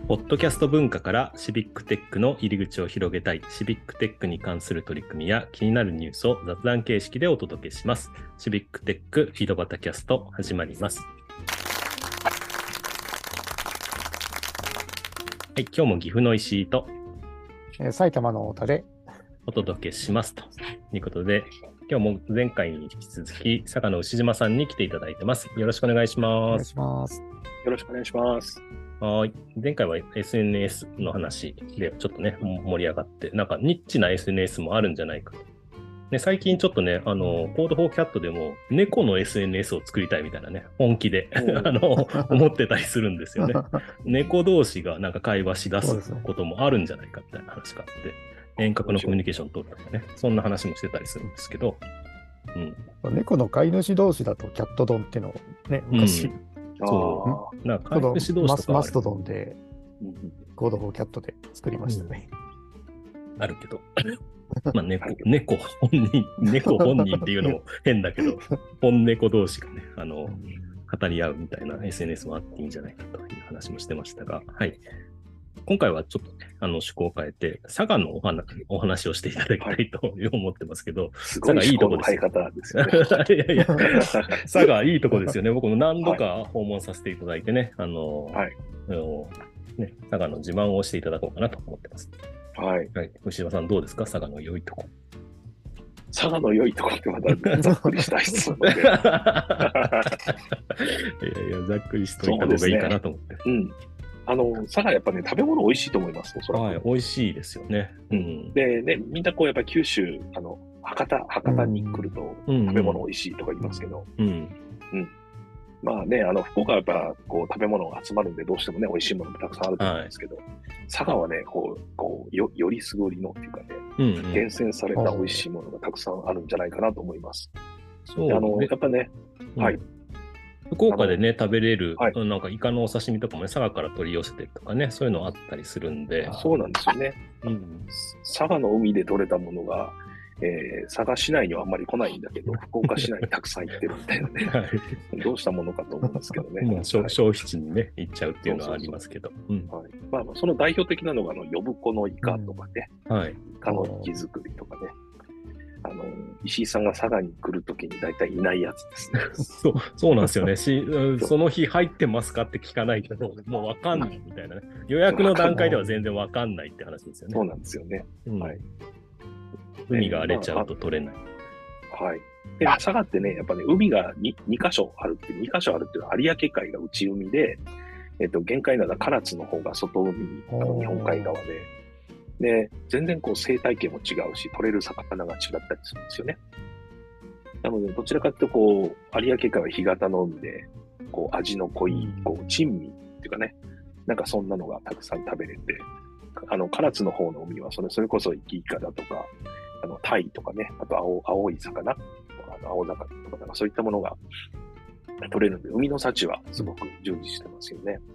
ポッドキャスト文化からシビックテックの入り口を広げたい、シビックテックに関する取り組みや気になるニュースを雑談形式でお届けします。シビックテック井戸端キャスト始まります。はい、今日も岐阜の石井と埼玉の太田でお届けしますということで、今日も前回に引き続き佐賀の牛島さんに来ていただいてます。よろしくお願いします。 お願いします。 よろしくお願いします。 はい。前回は SNS の話でちょっとね、盛り上がって、なんかニッチな SNS もあるんじゃないかと。ね、最近ちょっとね、コードフォーキャットでも猫の SNS を作りたいみたいなね、本気で思ってたりするんですよね。猫同士がなんか会話し出すこともあるんじゃないかみたいな話があって、遠隔のコミュニケーションを取るとかね、そんな話もしてたりするんですけど、 猫の飼い主同士だとキャットドンっていうのをね、昔、 そう。なんか飼い主同士とかマストドンでコードフォーキャットで作りましたね。 あるけど。まあ猫本人っていうのも変だけど、本猫同士がね、語り合うみたいな SNS もあっていいんじゃないかという話もしてましたが、はい。今回はちょっとね、趣向を変えて、佐賀のお話をしていただきたいと思ってますけど、 すごいいいとこですよ。ですよね。 いや佐賀いいとこですよね。僕も何度か訪問させていただいてね、佐賀の自慢をしていただこうかなと思ってます。 はい。 牛島さんどうですか、佐賀の良いとこ。 佐賀の良いとこってまたざっくりした質問で。いやざっくりしといた方がいいかなと思って。 佐賀やっぱね、食べ物美味しいと思います、おそらく。 はい、美味しいですよね。 でね、みんなこうやっぱり九州、博多に来ると食べ物美味しいとか言いますけど、まあね、福岡はやっぱこう食べ物が集まるんで、どうしてもね、美味しいものもたくさんあると思うんですけど、佐賀はね、よりすぐりのっていうかね、厳選された美味しいものがたくさんあるんじゃないかなと思います。 そうやっぱね、 福岡でね、食べれる、なんかイカのお刺身とかもね、佐賀から取り寄せてとかね、そういうのあったりするんで。 そうなんですよね。佐賀の海で取れたものが、佐賀市内にはあんまり来ないんだけど、福岡市内にたくさん行ってるみたいなね、どうしたものかと思いますけどね。 もう消費地にね、行っちゃうっていうのはありますけど。 まあ、その代表的なのが、呼子のイカとかね、イカの生き作りとかね。石井さんが佐賀に来るときに大体いないやつですね。そうなんですよね。その日入ってますかって聞かないけど、もうわかんないみたいなね。予約の段階では全然わかんないって話ですよね。 そうなんですよね。 海が荒れちゃうと取れない。 で、佐賀ってね、やっぱね、海が2カ所あるっていうのは有明海が内海で、玄界灘唐津の方が外海、日本海側で、全然こう生態系も違うし、取れる魚が違ったりするんですよね。なので、どちらかというと、有明海は干潟の海で、味の濃い、珍味っていうかね、なんかそんなのがたくさん食べれて、唐津の方の海はそれこそ生きイカだとか、タイとかね、あと青い魚とか、青魚とか、なんかそういったものが取れるので、海の幸はすごく充実してますよね。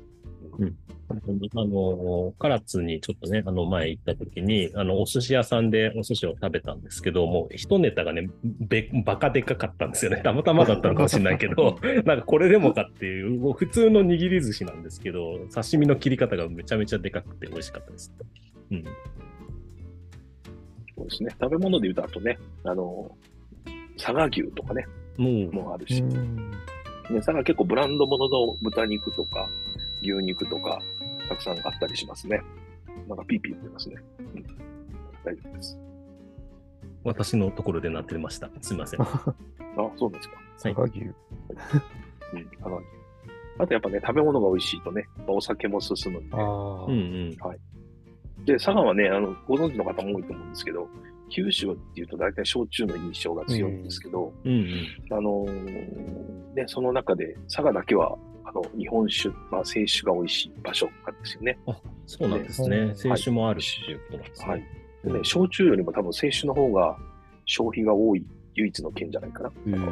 唐津にちょっとね、前行った時に、お寿司屋さんでお寿司を食べたんですけど、もう一ネタがね、バカでかかったんですよね。たまたまだったのかもしれないけど、なんかこれでもかっていう、普通の握り寿司なんですけど、刺身の切り方がめちゃめちゃでかくて美味しかったです。 そうですね。食べ物で言うと、あとね、佐賀牛とかね、もあるし、佐賀結構ブランド物の豚肉とか、牛肉とか、たくさんあったりしますね。なんかピーピー言ってますね。大丈夫です。 私のところでなってました。すみません。 そうですか。 佐賀牛。 あとやっぱね、食べ物が美味しいとね、お酒も進むんで。で、佐賀はね、ご存知の方も多いと思うんですけど、九州っていうと大体焼酎の印象が強いんですけど、その中で佐賀だけは日本酒、清酒が美味しい場所なんですよね。 そうなんですね。清酒もあるっていうことなんですね。 でね、焼酎よりも多分清酒の方が消費が多い唯一の県じゃないかな。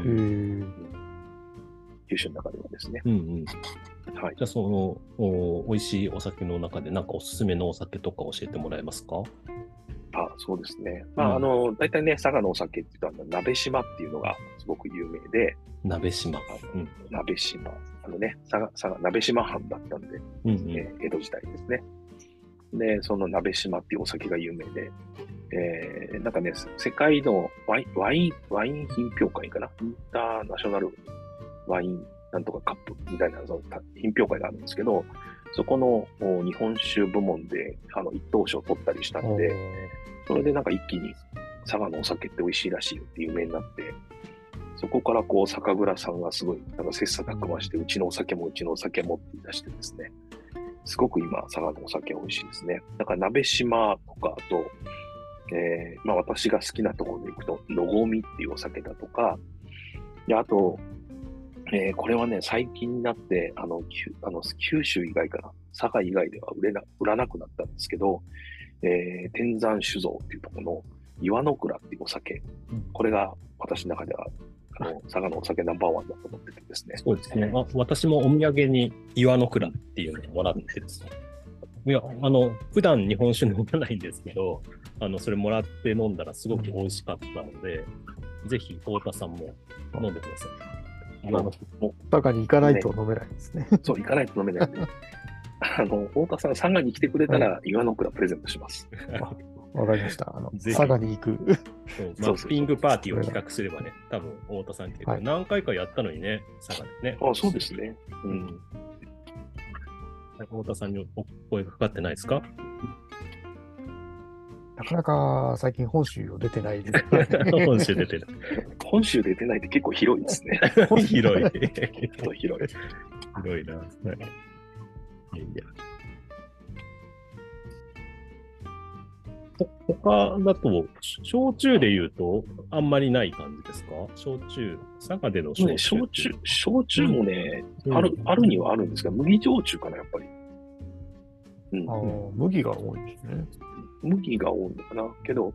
九州の中ではですね。 じゃあその美味しいお酒の中でなんかおすすめのお酒とか教えてもらえますか？ そうですね。大体ね、佐賀のお酒って言うと、鍋島っていうのがすごく有名で。 鍋島。 鍋島。 鍋島藩だったんで、 うんうん江戸時代ですね。で、その鍋島っていうお酒が有名で、なんかね、世界のワイン品評会かな、インターナショナルワインなんとかカップみたいなその品評会があるんですけど、そこの日本酒部門で一等賞を取ったりしたんで、それでなんか一気に佐賀のお酒って美味しいらしいよって有名になって、そこからこう酒蔵さんがすごいなんか切磋琢磨して、うちのお酒もって言い出してですね、すごく今佐賀のお酒美味しいですね。だから鍋島とか、あと、私が好きなところで行くと、のごみっていうお酒だとか、であと、これはね、最近になって、九州以外かな、佐賀以外では売らなくなったんですけど、天山酒造っていうところの岩の倉っていうお酒、これが私の中では、佐賀のお酒ナンバーワンだと思っててですね。 そうですね。私もお土産に岩の蔵っていうのをもらってですね。いや、普段日本酒飲まないんですけど、それもらって飲んだらすごく美味しかったので、ぜひ、太田さんも飲んでください。岩の蔵。 佐賀に行かないと飲めないですね。 そう、行かないと飲めないんで。太田さん、佐賀に来てくれたら、岩の蔵プレゼントします。 わかりました。佐賀に行く。 マッピングパーティーを企画すればね、多分、太田さん来てくれる。何回かやったのにね、佐賀でね。 あ、そうですね。うん。 太田さんにお声がかかってないですか？ なかなか最近本州出てないです。 本州出てない。 本州出てないって結構広いですね。 広い。 広い。 広いな。はい。いや。他だと、焼酎で言うと、あんまりない感じですか？焼酎、佐賀での焼酎。 焼酎もね、あるにはあるんですが、麦焼酎かな、やっぱり。 麦が多いですね。 麦が多いのかな。けど、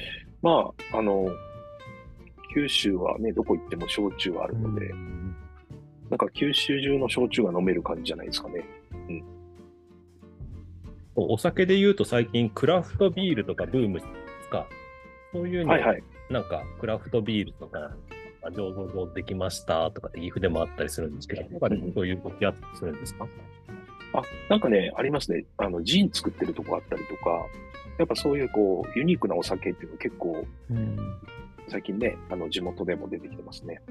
九州はね、どこ行っても焼酎はあるので、なんか九州中の焼酎が飲める感じじゃないですかね。 お酒で言うと最近クラフトビールとかブームですか？そういうの、なんかクラフトビールとか醸造できましたとかって岐阜でもあったりするんですけど、なんかそういうことやったりするんですか？ なんかね、ありますね。ジン作ってるとこあったりとか、やっぱそういうこうユニークなお酒っていうの結構、最近ね、地元でも出てきてますね。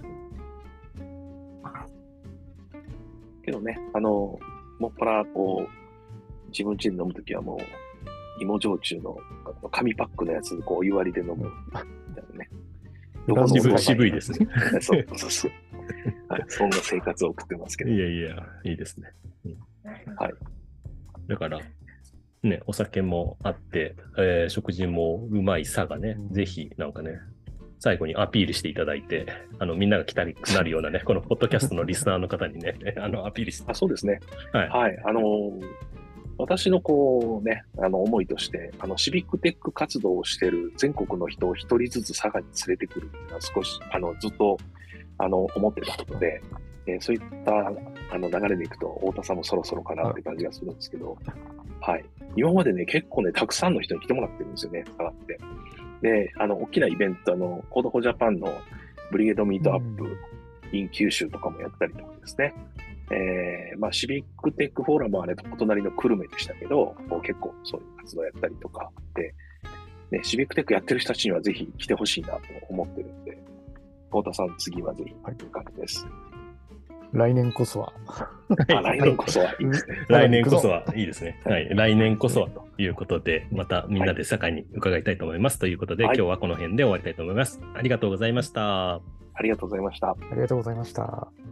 けどね、もっぱらこう、自分家で飲むときはもう、芋焼酎の紙パックのやつこうお湯割りで飲むみたいなね。 渋いですね。 そう。はい、そんな生活を送ってますけど。 いいですね。 はい。 だから、ね、お酒もあって、食事もうまい佐賀ね、ぜひなんかね、最後にアピールしていただいて、みんなが来たりなるようなね、このポッドキャストのリスナーの方にね、アピールして。 そうですね。 はい。 私のこうね、思いとして、シビックテック活動をしている全国の人を一人ずつ佐賀に連れてくるっていうのは少し、ずっと、思ってたことで、そういった流れでいくと、太田さんもそろそろかなって感じがするんですけど、はい。今までね、結構ね、たくさんの人に来てもらってるんですよね、佐賀って。で、大きなイベント、コードフォージャパンのブリゲードミートアップ、in 九州とかもやったりとかですね。シビックテックフォーラムはね、お隣の久留米でしたけど、結構そういう活動やったりとかで、ね、シビックテックやってる人たちにはぜひ来てほしいなと思ってるんで、太田さん次はぜひという感じです。 来年こそは。 来年こそはいいですね。 来年こそはいいですね。はい。来年こそはということで、またみんなで佐賀に伺いたいと思います。ということで、今日はこの辺で終わりたいと思います。ありがとうございました。 ありがとうございました。 ありがとうございました。